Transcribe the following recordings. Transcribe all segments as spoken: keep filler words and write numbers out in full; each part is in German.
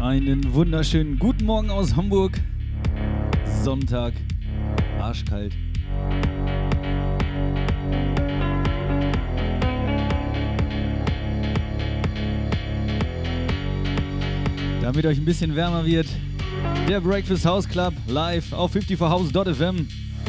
Einen wunderschönen guten Morgen aus Hamburg. Sonntag, arschkalt. Damit euch ein bisschen wärmer wird, der Breakfast House Club live auf fifty four house dot f m.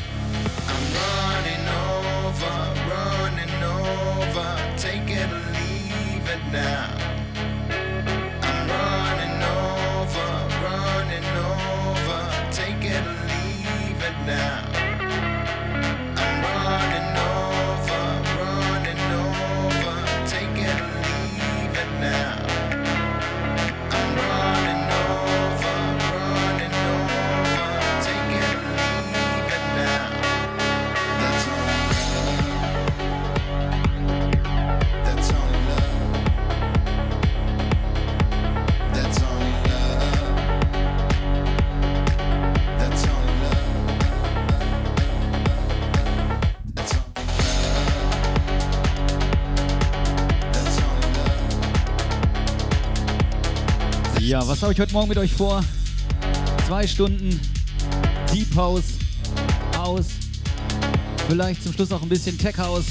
Ja, was habe ich heute Morgen mit euch vor? Zwei Stunden Deep House, House, vielleicht zum Schluss auch ein bisschen Tech House.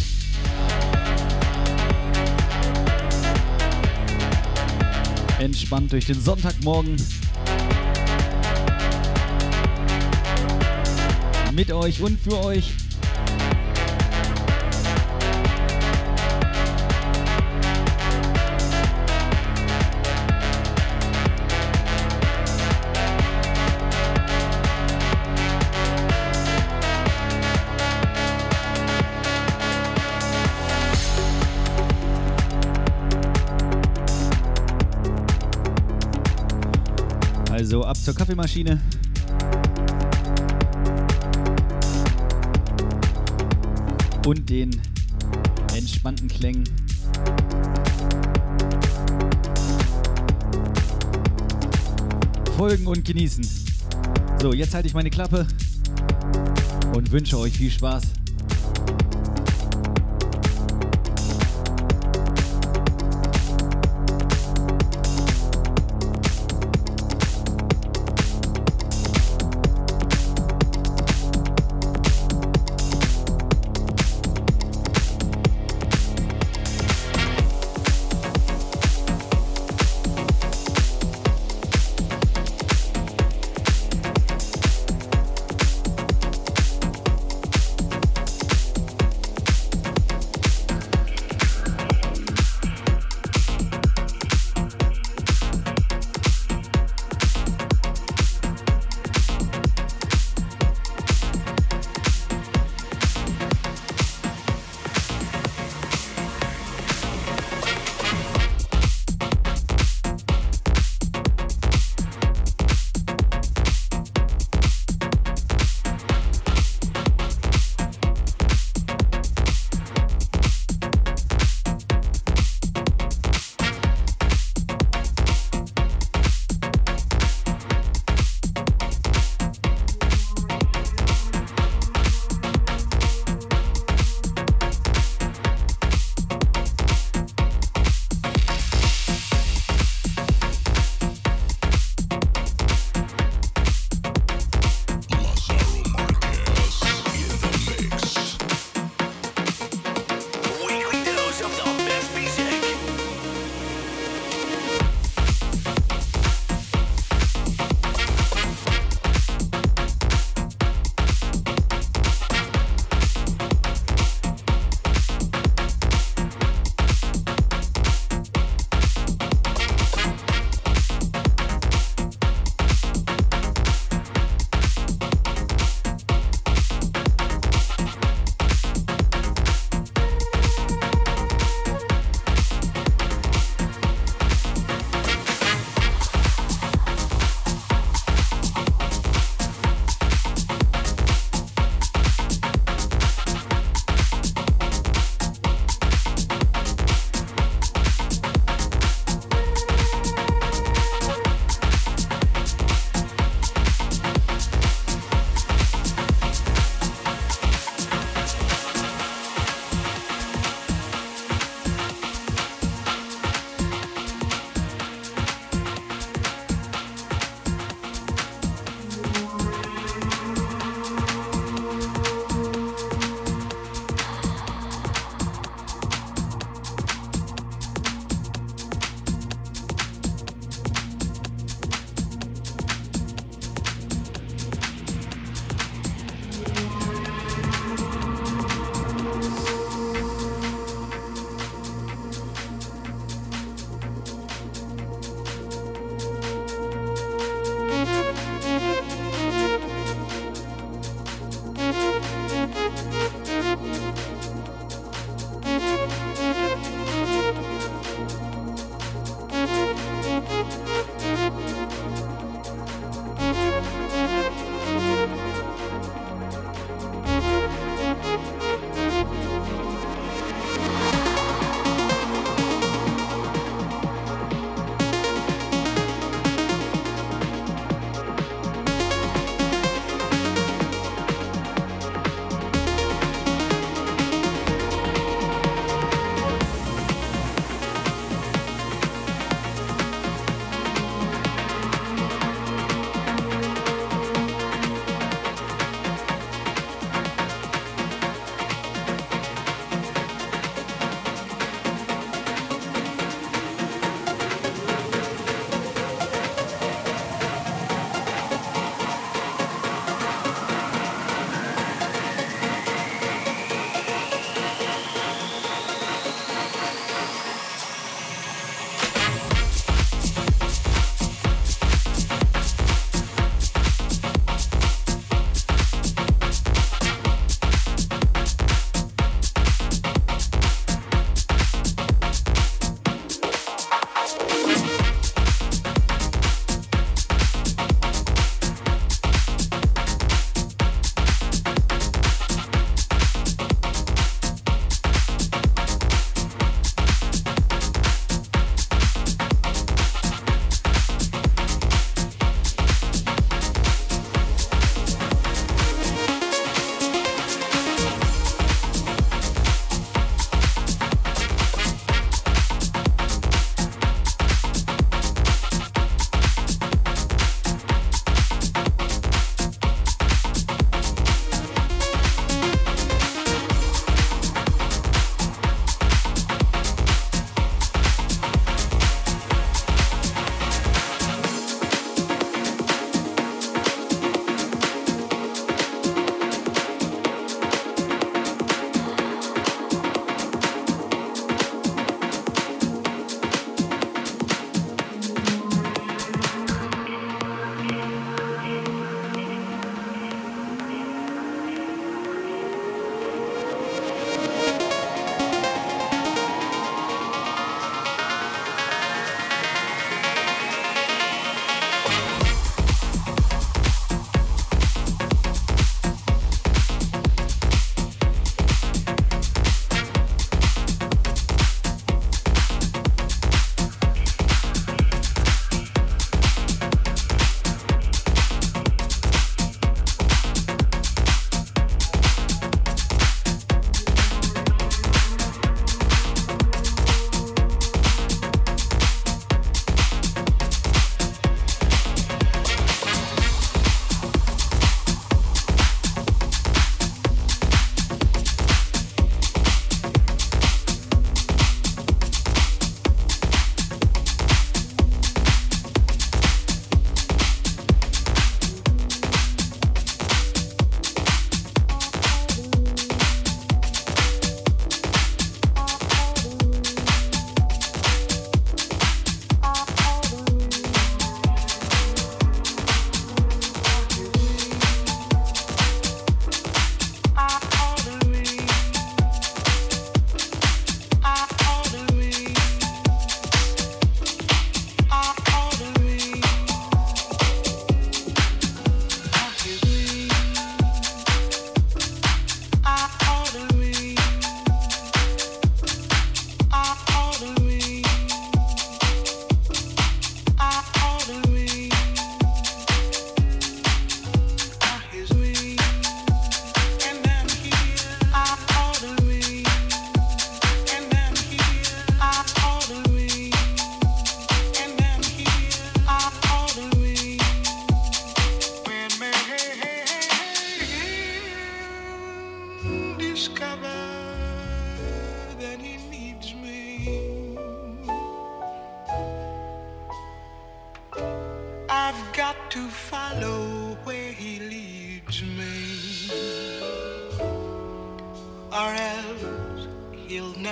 Entspannt durch den Sonntagmorgen mit euch und für euch. Also ab zur Kaffeemaschine. Und den entspannten Klängen. Folgen und genießen. So, jetzt halte ich meine Klappe und wünsche euch viel Spaß.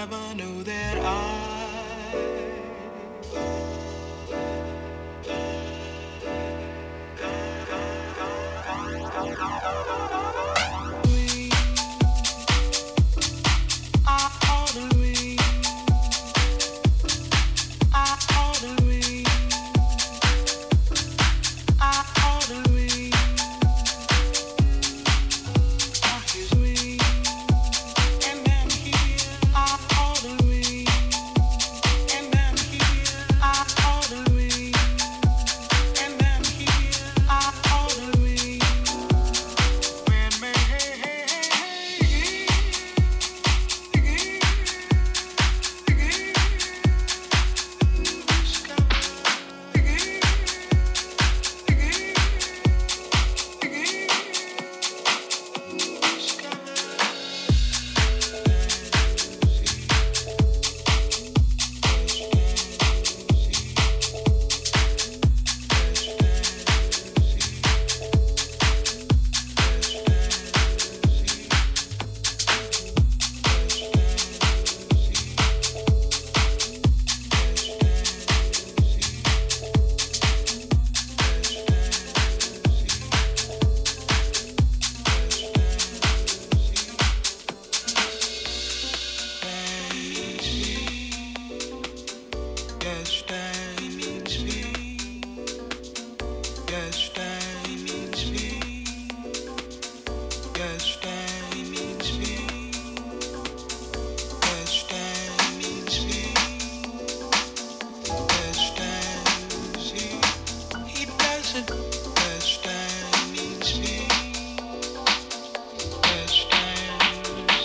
never knew that I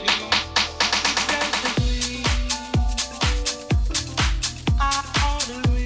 I ought to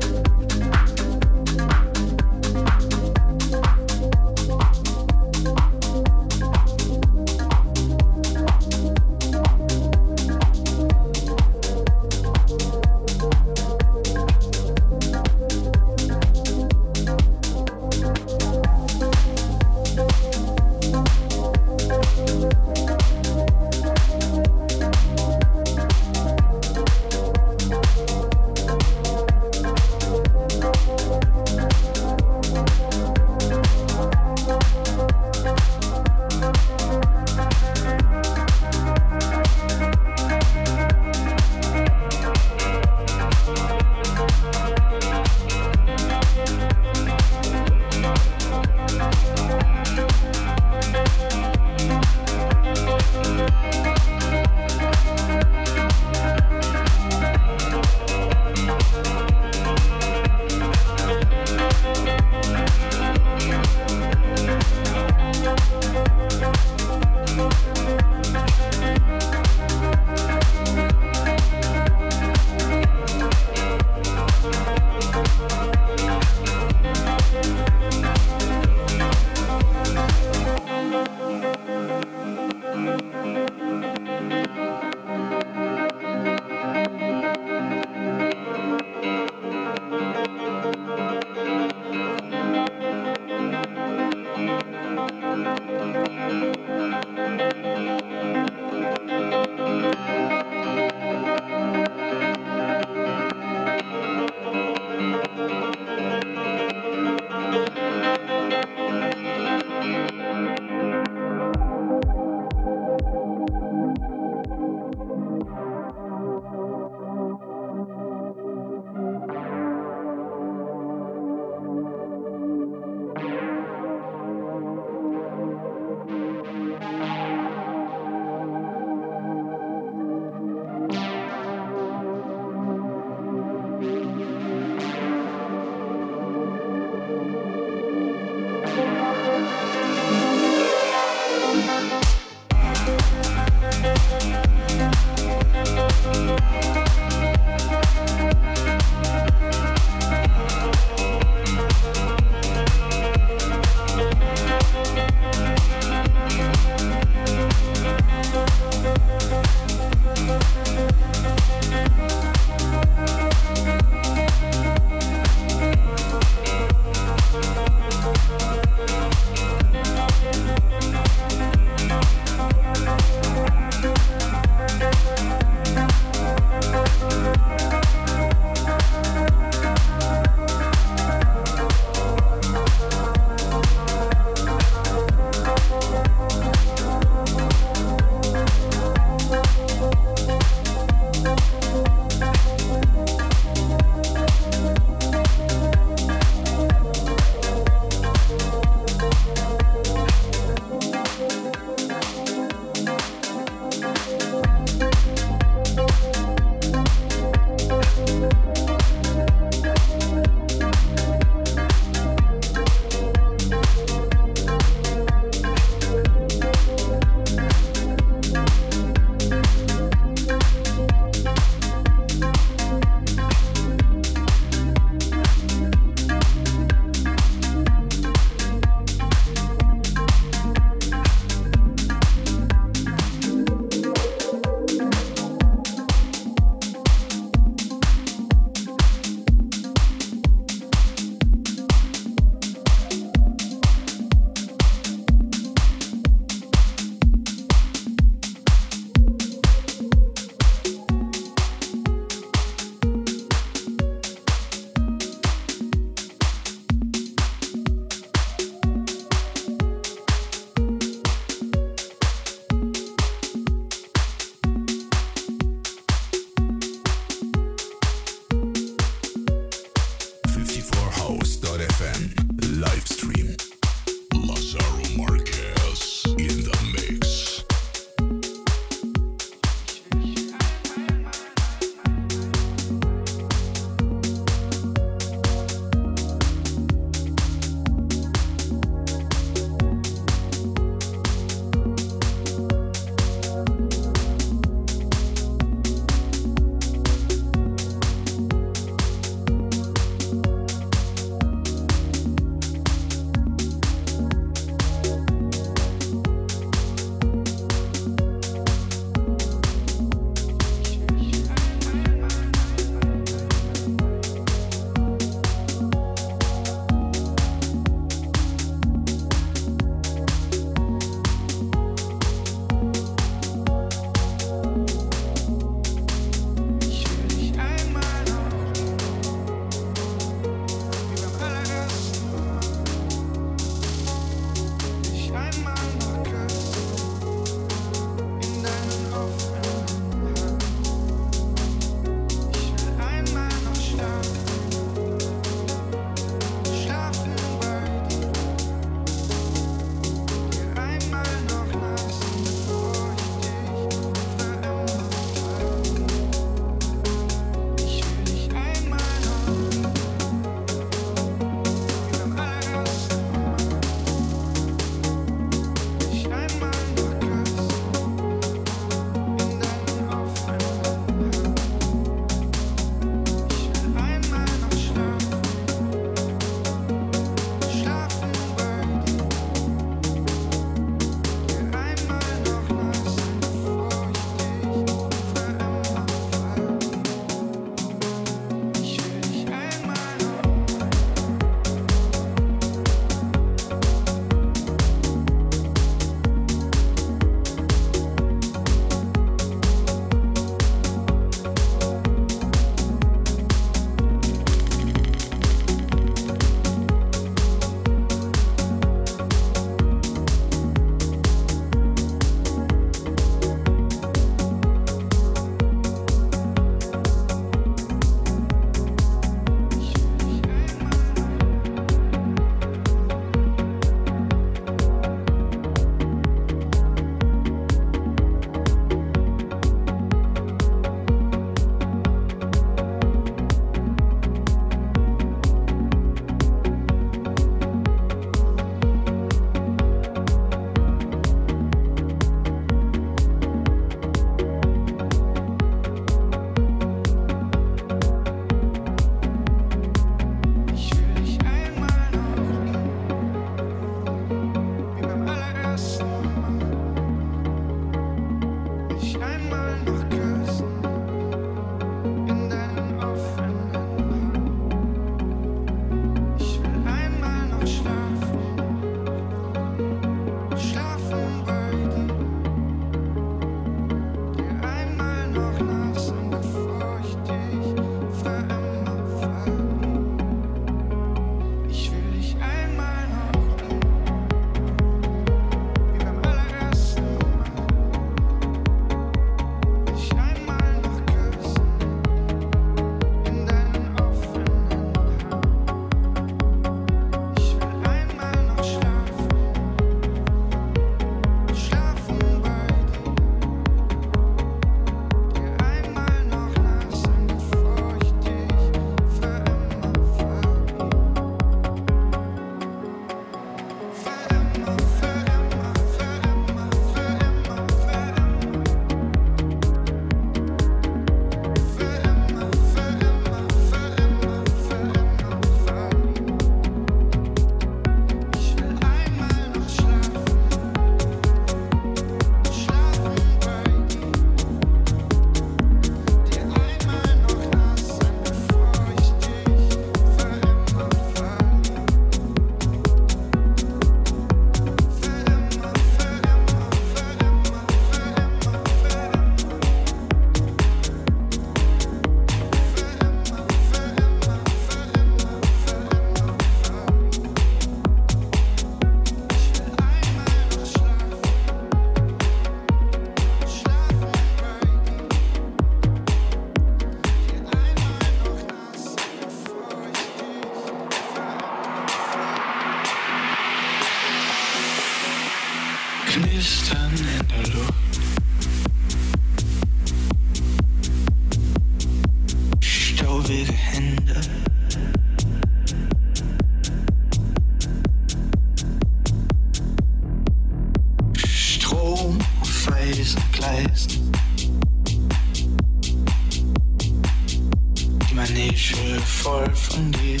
Manege voll von dir.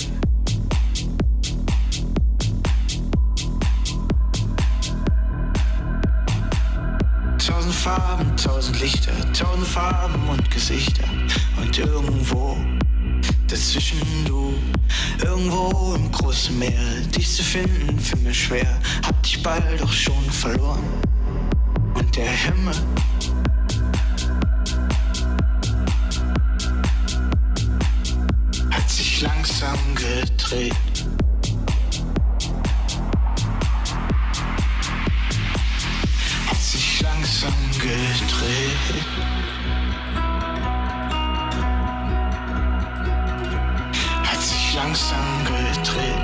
Tausend Farben, tausend Lichter, tausend Farben und Gesichter. Und irgendwo dazwischen du, irgendwo im großen Meer. Dich zu finden, für mich schwer, hab dich bald doch schon verloren. Und der Himmel hat sich langsam gedreht. Hat sich langsam gedreht. Hat sich langsam gedreht.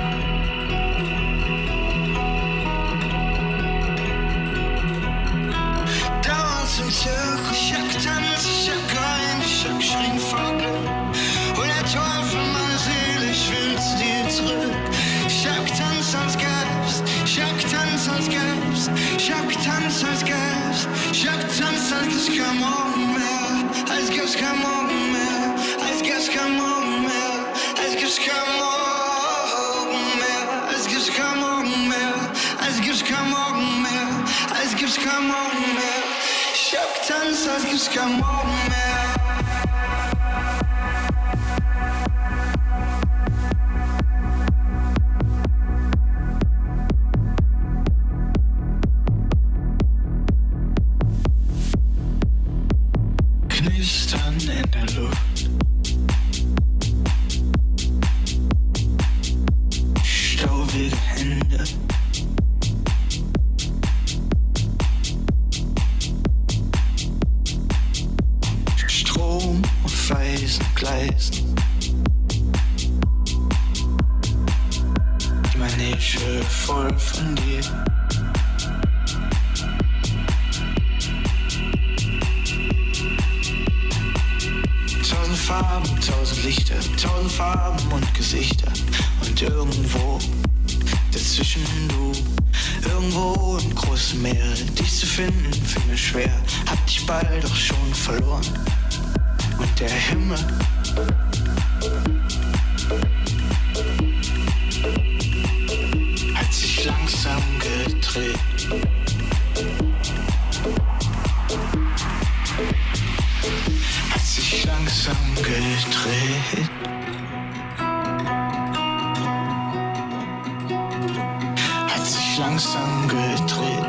Im Zirkus, ich hab getanzt, ich hab geweint, ich hab geschrien vor Glück. Und der Teufel meiner Seele, ich will zu dir zurück. Ich hab getanzt, als gäb's, ich hab getanzt, als gäb's, ich hab getanzt, als gäb's, ich hab getanzt, als gäb's kein Morgen mehr, als gäb's kein Morgen mehr, als gäb's kein Morgen mehr, als gäb's kein Morgen mehr, als gäb's kein Morgen mehr, als gäb's kein Morgen mehr, als gäb's kein Morgen mehr. Ich hab getanzt, als gibt's kein Morgen mehr. Knistern in der Luft. Staubige Hände. Gleisen. Die Manege voll von dir. Tausend Farben, tausend Lichter, tausend Farben und Gesichter. Und irgendwo dazwischen du, irgendwo im großen Meer. Dich zu finden, für mich schwer, hab dich bald doch schon verloren. Und der Himmel hat sich langsam gedreht. Hat sich langsam gedreht. Hat sich langsam gedreht.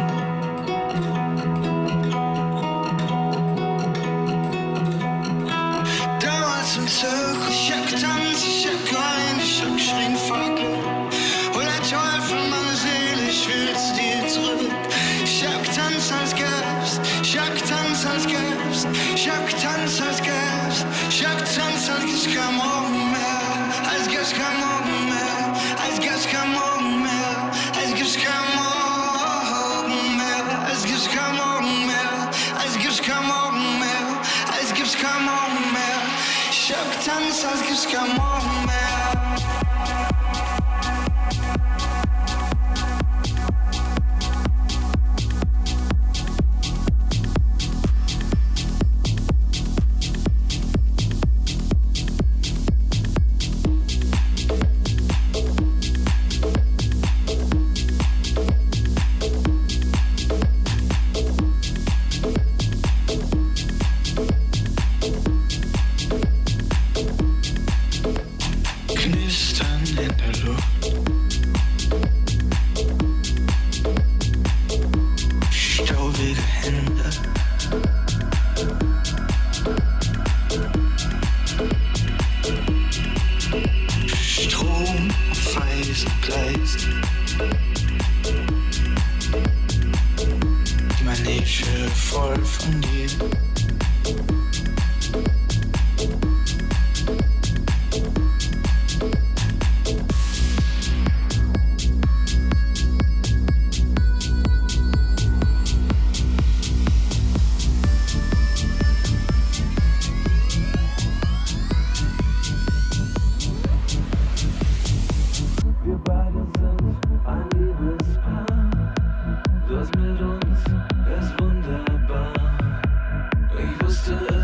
Ich hab getanzt, ich hab geweint, ich hab geschrien vor Glück. Und der Teufel meiner Seele, ich will zu dir zurück. Ich hab getanzt, als gäb's, ich hab getanzt, als gäb's, ich hab getanzt, als gäb's, ich hab getanzt, als gäb's kein Morgen mehr, als gäb's kein Morgen mehr, als gäb's kein Morgen mehr, als gäb's kein Morgen mehr, als gäb's kein Morgen mehr, als gäb's kein Morgen mehr, als gäb's kein Morgen mehr. Ich hab getanzt, als gibt's kein Morgen mehr. Was mit uns ist wunderbar. Ich wusste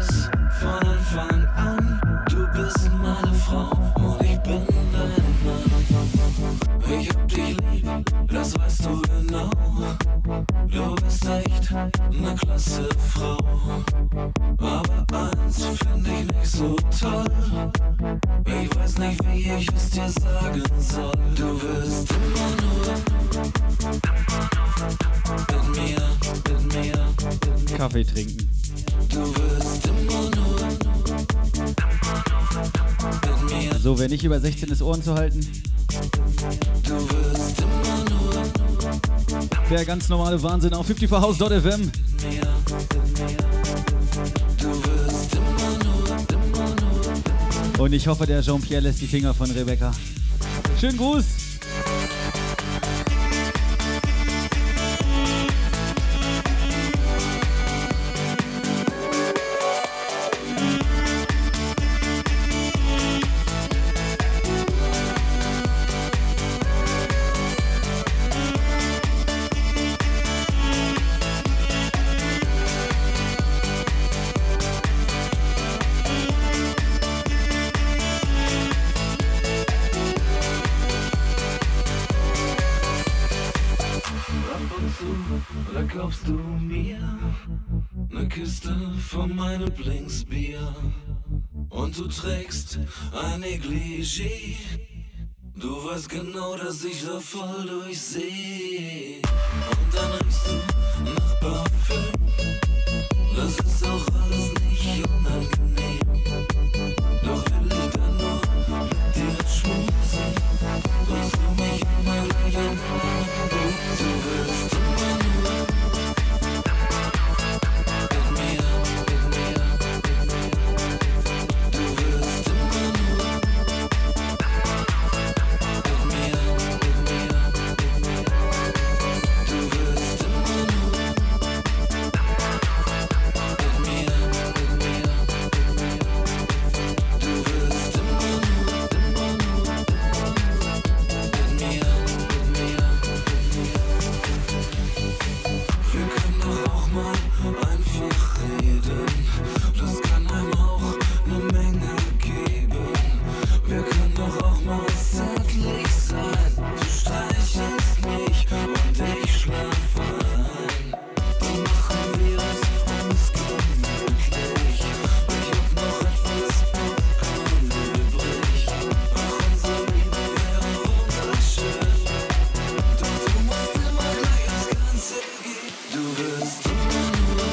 Frau und ich bin dein Mann. Ich hab dich lieb, das weißt du genau. Du bist echt eine klasse Frau. Aber eins find ich nicht so toll. Ich weiß nicht, wie ich es dir sagen soll. Du wirst immer nur mit mir, mit mir, mit mir Kaffee trinken. Du wirst immer nur mit mir. So, wer nicht über sechzehn ist, Ohren zu halten. Du wirst immer nur Der ganz normale Wahnsinn auf fünfty four house dot f m. mit mir, mit mir. Du wirst immer nur, immer nur. Und ich hoffe, der Jean-Pierre lässt die Finger von Rebecca. Schönen Gruß! Da kaufst du mir ne Kiste von meinem Lieblingsbier und du trägst ein Negligé. Du weißt genau, dass ich da voll durchseh. Und dann riechst du nach Parfüm. Das ist auch alles nicht unangenehm. Doch will ich dann nur mit dir schmusen. Drückst du mich immer gleich an. Du willst immer nur mit mir, mit mir, mit mir. Du willst immer nur mit mir, mit mir, mit mir. Du willst immer nur mit mir, mit mir, mit mir. Du willst immer nur, immer nur, mit mir, mit mir. Wir können doch auch mal einfach reden. Das kann einem auch ne Menge geben. Wir können doch auch mal zärtlich sein. Du streichelst mich und ich schlaf ein. Dann machen wir es uns gemütlich. Ich hab noch etwas Popcorn übrig. Ach, unsere Liebe wäre wunderschön. Doch du musst immer gleich aufs Ganze gehen. Du wirst immer nur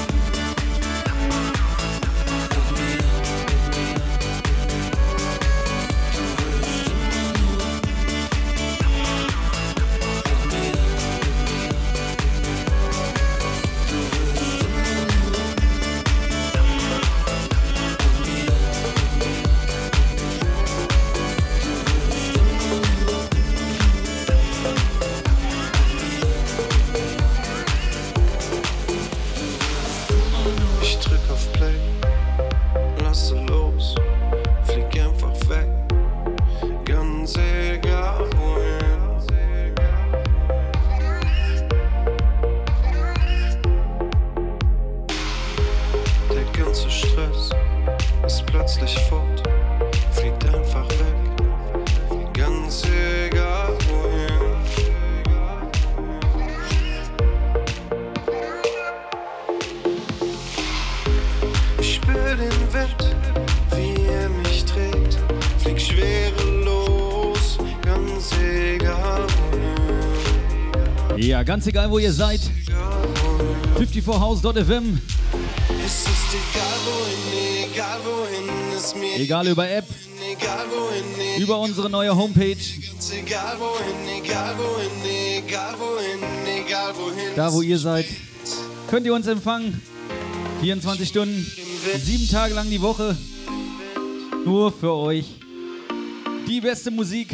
mit mir, mit mir, mit mir. Du wirst immer nur mit mir, mit mir, mit mir. Du wirst immer nur mit mir, mit mir. Ich drück auf Play, lasse los, flieg einfach weg, ganz egal wohin. Der ganze Stress ist plötzlich fort, fliegt einfach weg, ganz egal wohin. Ich spür den Wind, wie er mich trägt, flieg schwerelos, ganz egal wohin, Ja, ganz egal, wo ihr seid. egal wohin. fünfty four house dot f m. Es ist egal wohin, egal wohin, ist mir Egal über App, egal wohin, über unsere neue Homepage. ganz egal wohin, egal wohin, egal wohin, egal wohin. Da, wo ihr seid, könnt ihr uns empfangen. vierundzwanzig Stunden, sieben Tage lang die Woche. Nur für euch. Die beste Musik.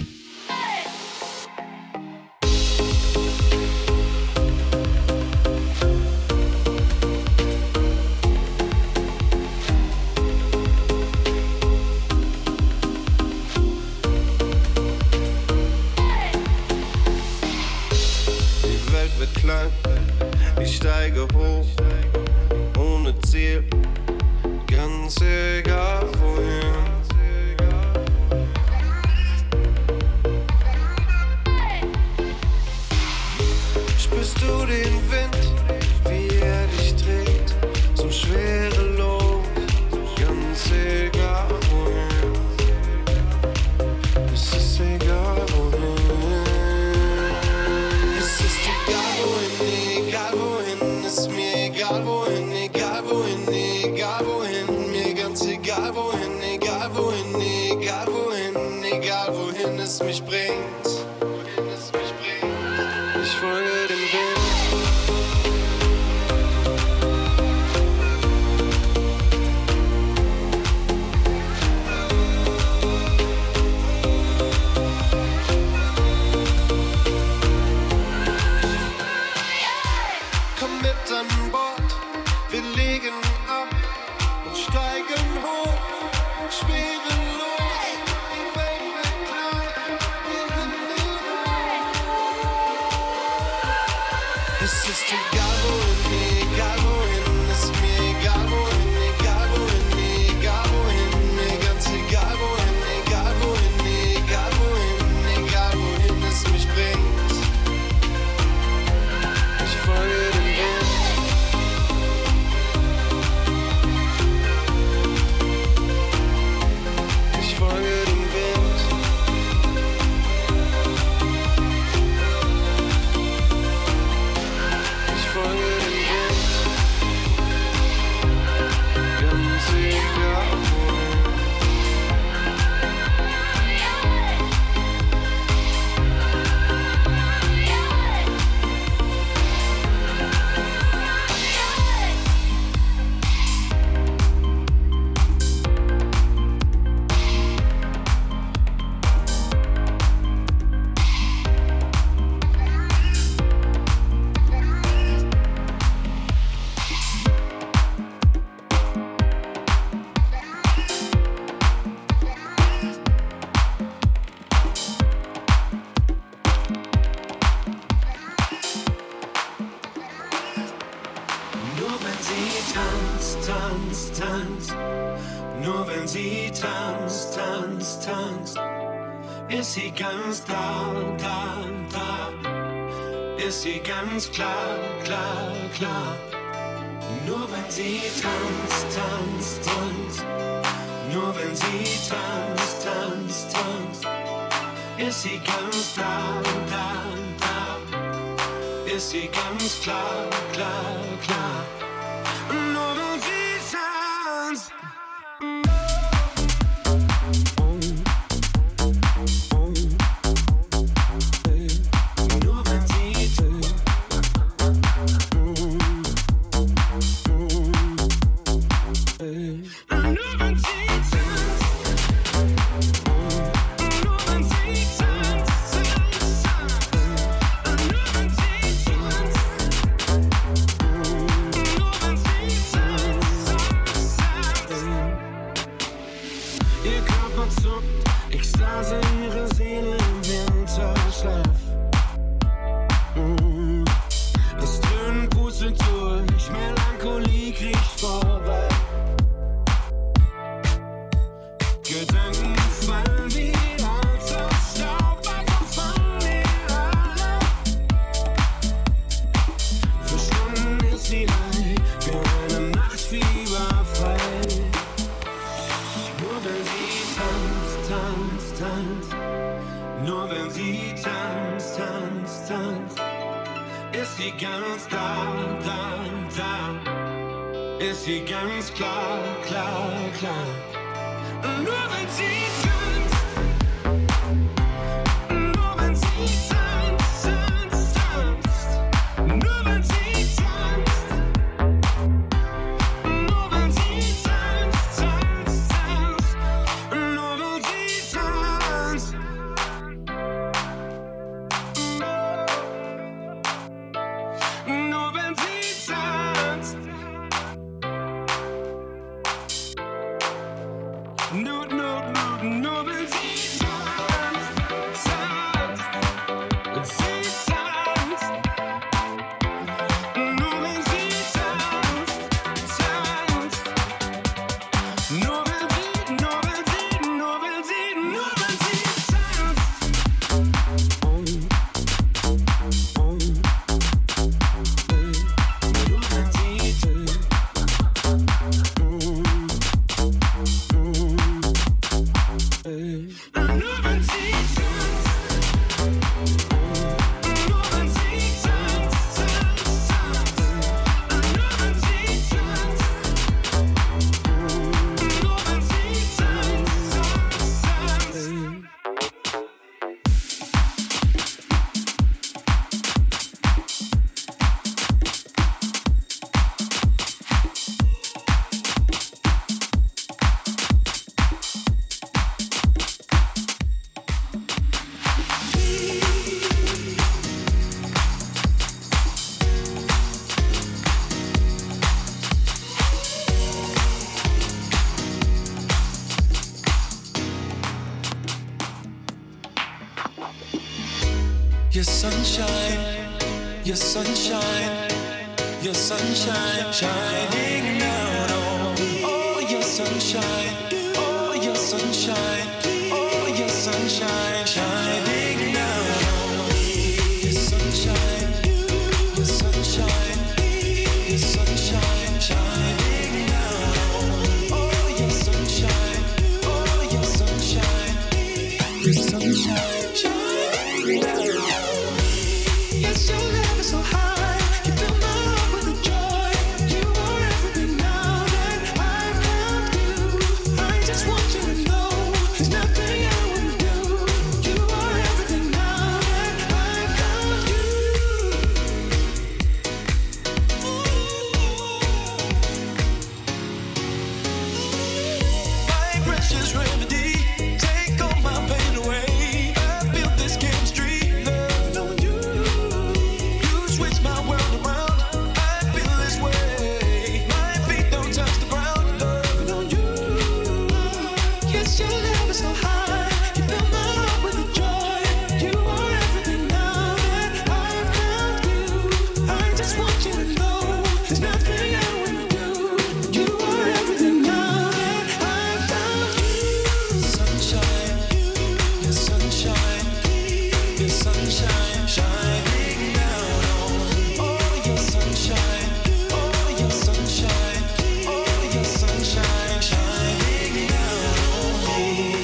Die Welt wird klein, ich steige hoch, ohne Ziel, ganz egal wohin. egal wohin es mich bringt. Wohin es mich bringt. Ich folge dem Wind. Komm mit an Bord, wir legen ab und steigen hoch, schwerelos, die Welt wird klein, wir sind es ist egal wohin, mir egal wohin, ist mir egal wohin, egal wohin, mir egal wohin, mir ganz egal wohin, egal wohin, mir egal wohin, egal wohin es mich bringt. Ich folge dem Wind. Ich folge dem Wind. Ich folge dem Wind. Ganz egal wohin. Nur wenn sie tanzt, tanzt, tanzt. Nur wenn sie tanzt, tanzt, tanzt. Ist sie ganz da, da, da. Ist sie ganz klar, klar, klar. Nur wenn sie tanzt, tanzt, tanzt. Nur wenn sie tanzt, tanzt, tanzt. Ist sie ganz da, da, da. Ist sie ganz klar, klar, klar. Nur wenn sie tanzt. Nur wenn sie tanzt. Nur wenn sie tanzt. Nur wenn sie tanzt, tanzt, tanzt. Nur wenn sie tanzt. Nur wenn sie tanzt, tanzt, tanzt. Ihr Körper zuckt, Ekstase, ihre Seele im Winterschlaf. Mm. Das Dröhnen pustet durch, Melancholie kriecht vorbei. Gedanken fallen wie Holz auf Staub, einfach von mir alle. Für Stunden ist sie high, für eine Nacht fieberfrei. Nur wenn sie tanzt, tanzt, tanzt. Nur wenn sie tanzt, tanzt, tanzt. Ist sie ganz da, da, da. Ist sie ganz klar, klar, klar. Nur wenn sie tanzt. Nur wenn sie tanzt, tanzt, tanzt. Nur wenn sie tanzt. Nur wenn sie tanzt, tanzt, tanzt. Nur wenn sie tanzt. Nur wenn sie tanzt. Nur, nur, nur, nur wenn sie tanzt, tanzt. Und sie tanzt. Nur wenn sie tanzt, tanzt. Nur wenn sie, nur wenn sie, nur wenn sie, nur wenn sie tanzt. Nur wenn sie tanzt. Nur wenn sie tanzt. Nur wenn sie tanzt, tanzt, tanzt. Nur wenn sie tanzt. Nur wenn sie tanzt, tanzt, tanzt. Your sunshine, your sunshine, your sunshine shining down on me. Oh, your sunshine, oh, your sunshine, oh, your sunshine shining down on me. Your sunshine, your sunshine, your sunshine shining down on me. Oh, your sunshine, oh, your sunshine, your sunshine shining down on me. Yes, your love is so high. You fill my heart with the joy. You are everything now that I've found you. I just want you to know there's nothing I wouldn't do. You are everything now that I've found you. My precious remedy, take all my pain away. I built this chemistry, love on you. You switch my world around. I feel this way. My feet don't touch the ground, loving on you. Yes, your love is so high. You fill my heart with the joy. You are everything now that I've found you. I just want you to know there's nothing I wouldn't do. You are everything now that I've found you. Sunshine, your sunshine, your sunshine shining down on me. Oh, your sunshine, oh, your sunshine, oh, your sunshine shining down on me.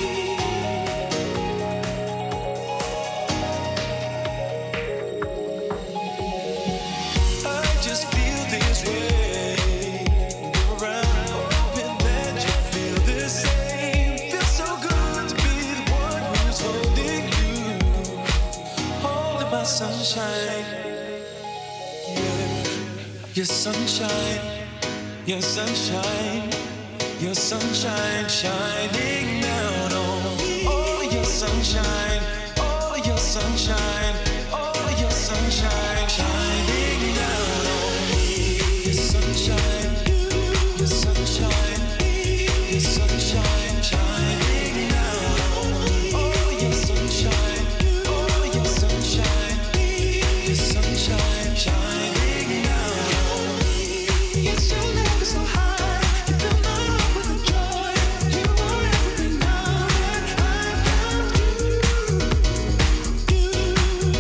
I just feel this way. Go around hoping that you feel the same. Feels so good to be the one who's holding you, holding my sunshine. Yeah. Your sunshine, your sunshine, your sunshine shining down on me. Oh, your sunshine, oh, your sunshine, oh, your sunshine shining down on me. Your sunshine, your sunshine, your sunshine shining down on me. Oh, your sunshine, oh, your sunshine, your sunshine shining down on me. Yes, your love is so high. You fill my heart with the joy. You are everything now that I've found you.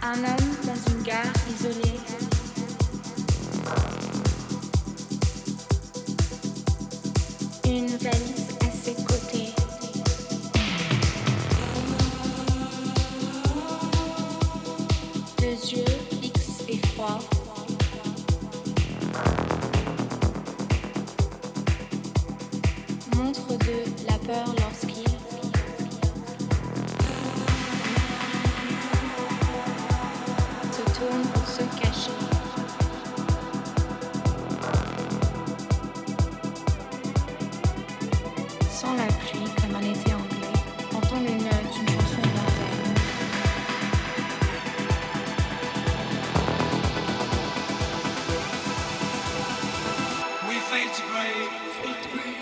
Un homme dans une gare isolée. Une valise à ses côtés. Deux yeux fixes et froids. Montre de la peur lorsqu'il se tourne pour se cacher. Sans la pluie comme un été anglais, entend les notes d'une chanson lointaine. We fade to grey, fade to grey.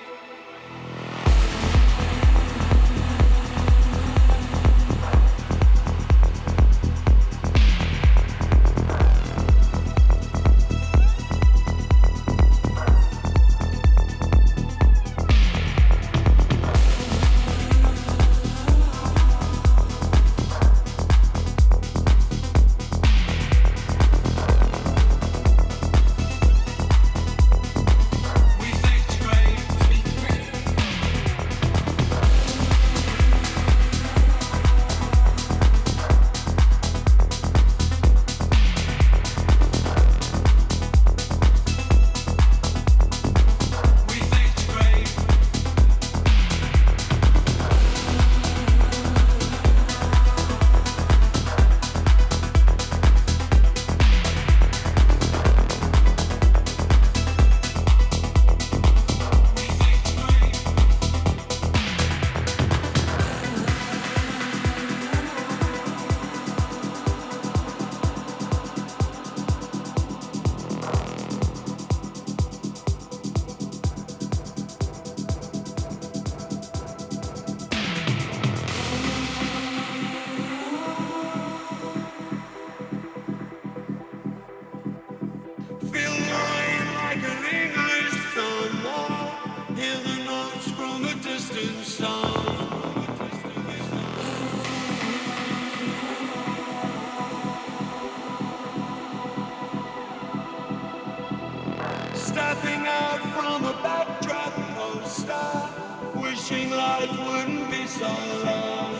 Stepping out from a backdrop poster, wishing life wouldn't be so long.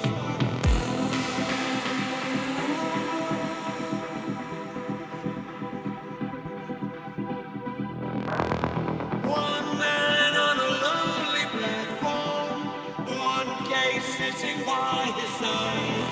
One man on a lonely platform, one case sitting by his side.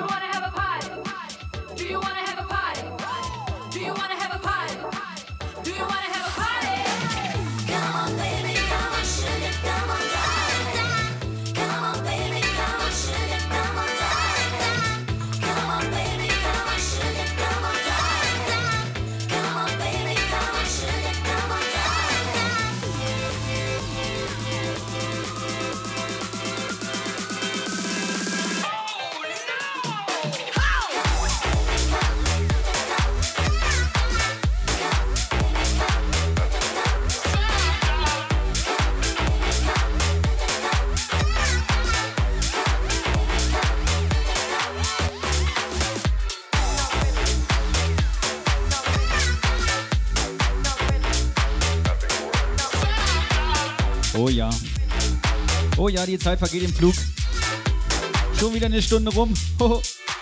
Oh ja. Oh ja, die Zeit vergeht im Flug. Schon wieder eine Stunde rum. Hoho.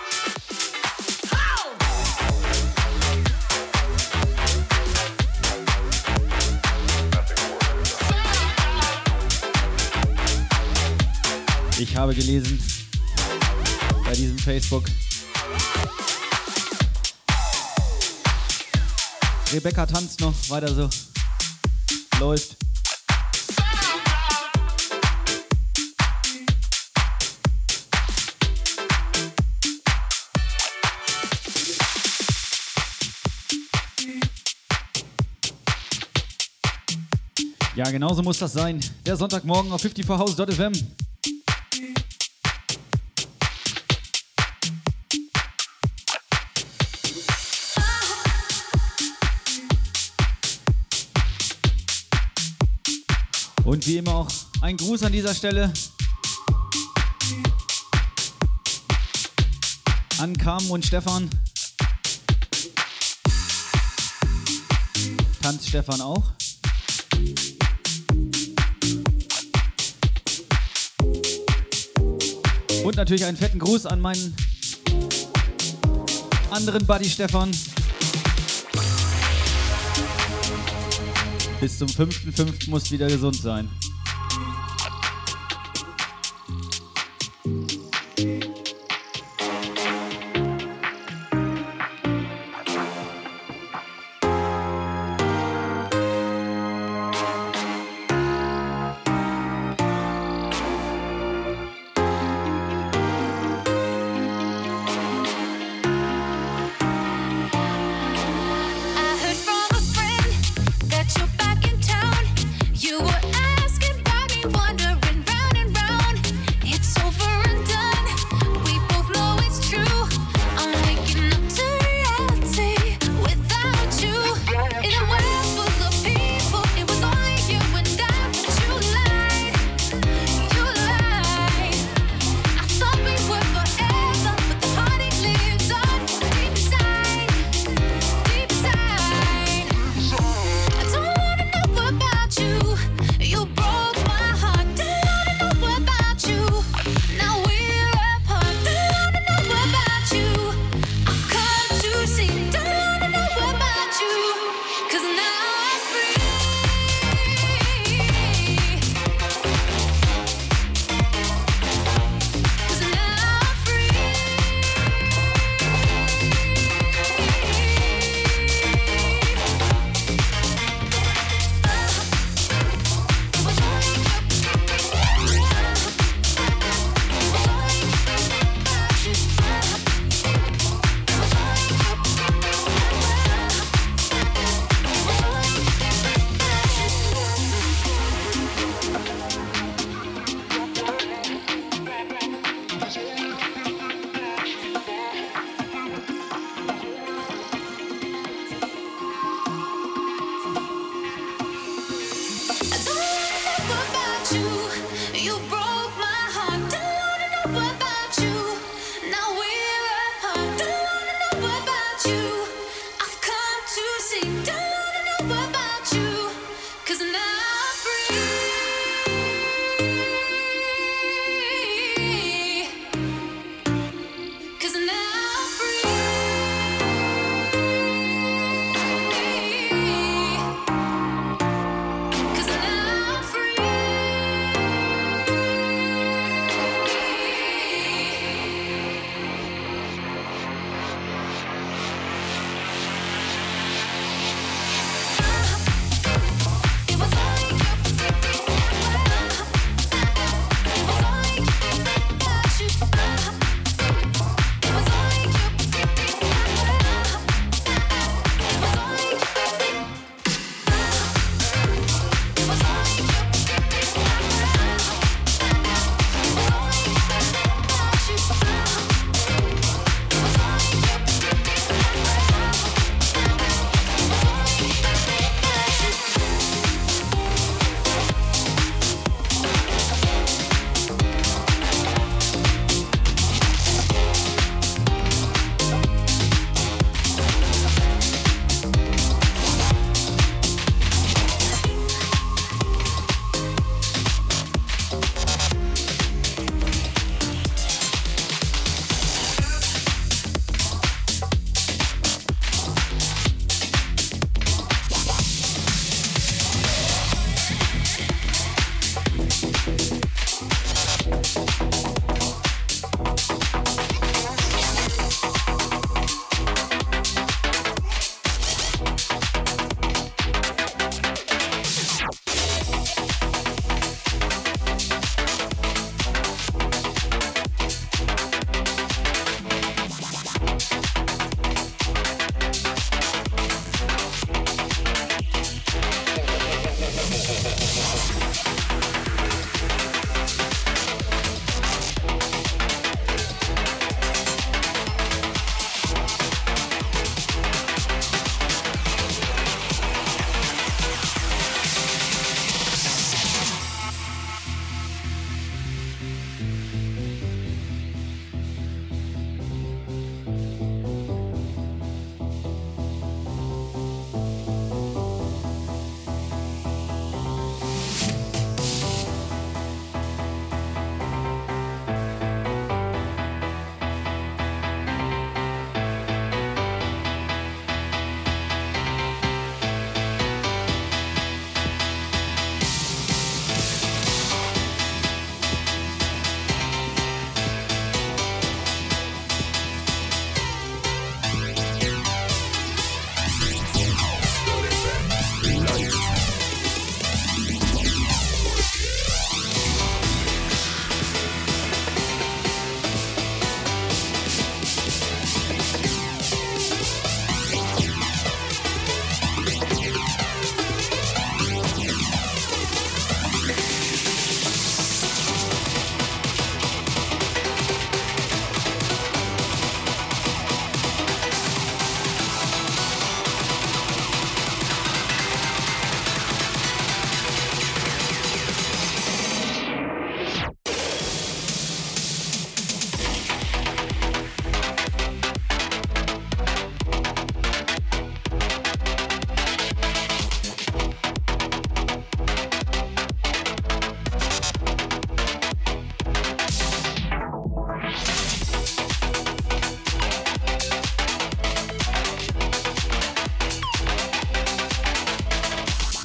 Ich habe gelesen bei diesem Facebook. Rebecca tanzt noch, weiter so. Läuft. Ja, genauso muss das sein. Der Sonntagmorgen auf fünfundfünfzig house punkt f m. Und wie immer auch ein Gruß an dieser Stelle an Carmen und Stefan. Tanzt Stefan auch? Und natürlich einen fetten Gruß an meinen anderen Buddy Stefan. Bis zum fünften fünften muss wieder gesund sein. I heard from a friend that you're back in town. You were asking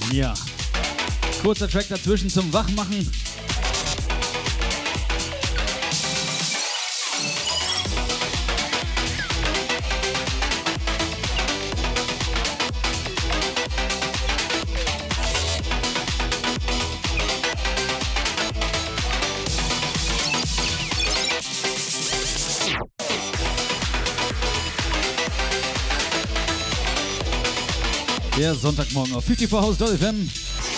Ja. Kurzer Track dazwischen zum Wachmachen. Der Sonntagmorgen auf vierundfünfzig House F M.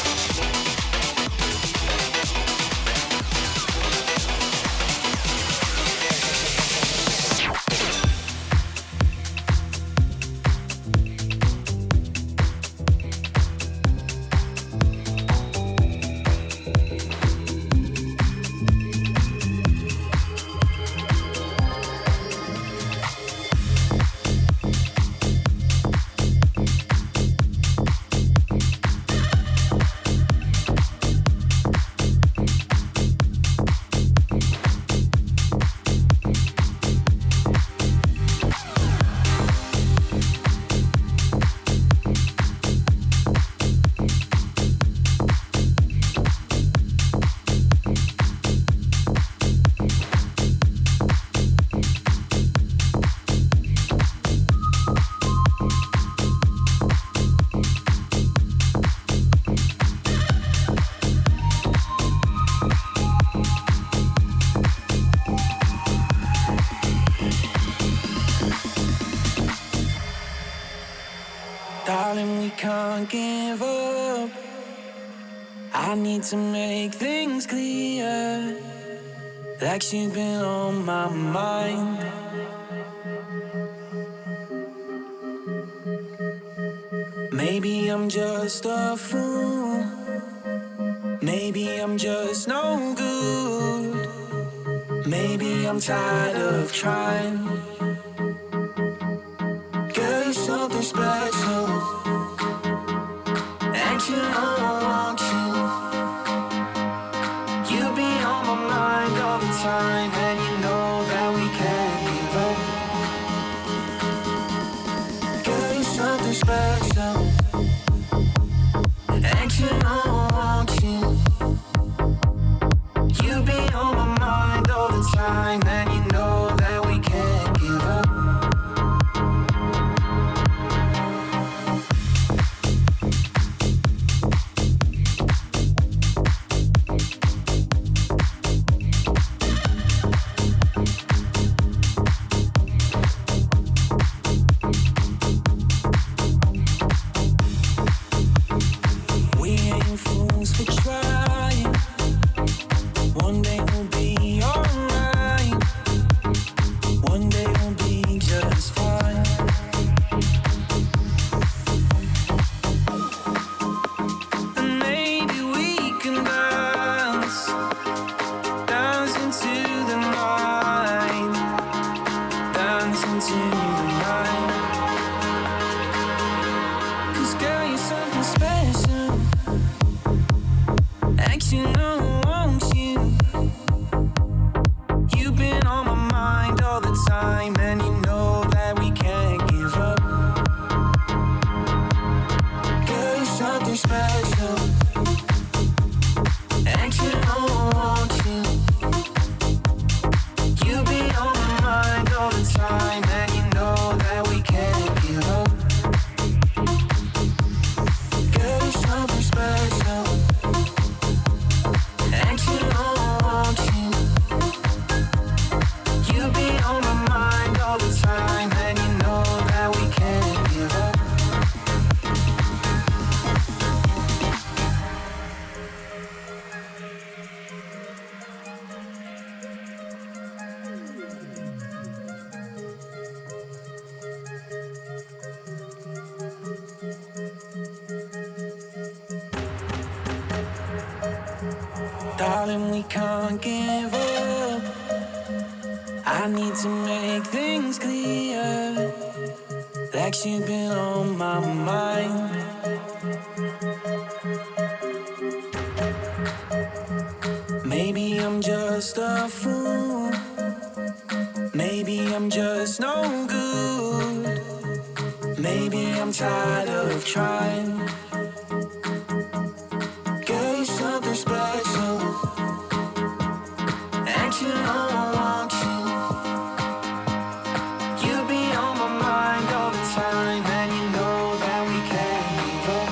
Darling, we can't give up. I need to make things clear, like you've been on my mind. Maybe I'm just a fool. Maybe I'm just no good. Maybe I'm tired of trying. Girl, you're something special, and you know I want you. You be on my mind all the time, and you know that we can't give up. Girl, you're something special, and you know I want you. You be on my mind all the time, and you know that we can't give up. Darling, we can't give up. I need to make things clear, like you've been on my mind. Maybe I'm just a fool. Maybe I'm just no good. Maybe I'm tired of trying. you, I want you. You be on my mind all the time, and you know that we can't give up.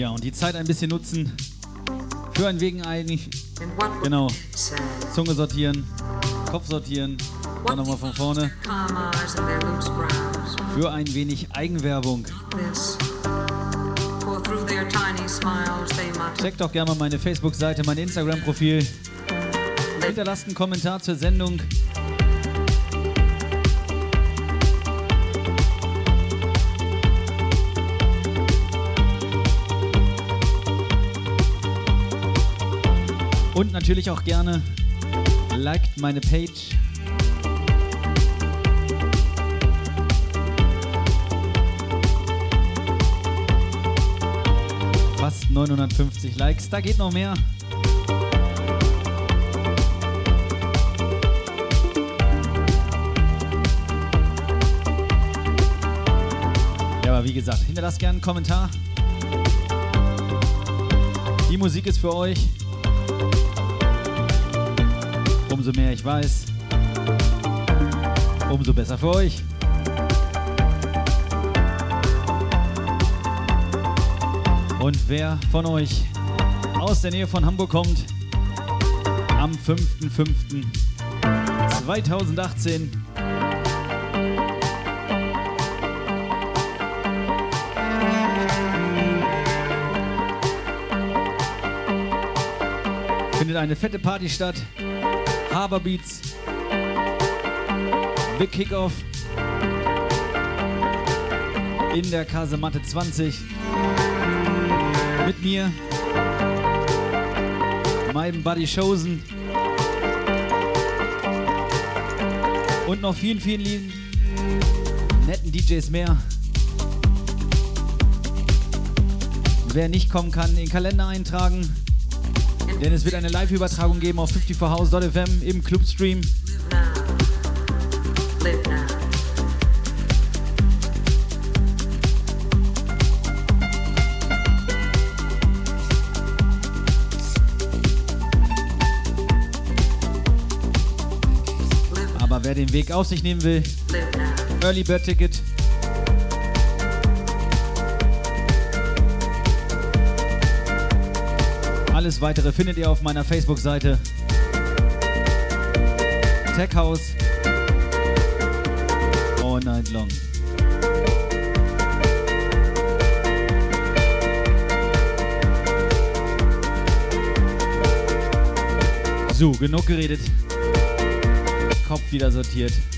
Ja, und die Zeit ein bisschen nutzen für ein wegen eigentlich, genau, Zunge sortieren, Kopf sortieren, dann nochmal von vorne, für ein wenig Eigenwerbung. Checkt doch gerne mal meine Facebook-Seite, mein Instagram-Profil, hinterlasst einen Kommentar zur Sendung. Und natürlich auch gerne liked meine Page. Fast neunhundertfünfzig Likes, da geht noch mehr. Ja, aber wie gesagt, hinterlasst gerne einen Kommentar. Die Musik ist für euch. Umso mehr ich weiß, umso besser für euch. Und wer von euch aus der Nähe von Hamburg kommt, am fünfter fünfter zweitausendachtzehn findet eine fette Party statt. Harbor Beats, Big Kickoff in der Kasematte zwanzig mit mir, meinem Buddy Chosen und noch vielen, vielen lieben netten D Js mehr. Wer nicht kommen kann, in den Kalender eintragen. Denn es wird eine Live-Übertragung geben auf fünfzig vier house punkt f m im Clubstream. Aber wer den Weg auf sich nehmen will, Early Bird Ticket. Alles weitere findet ihr auf meiner Facebook-Seite Tech House all night long. So, genug geredet. Kopf wieder sortiert.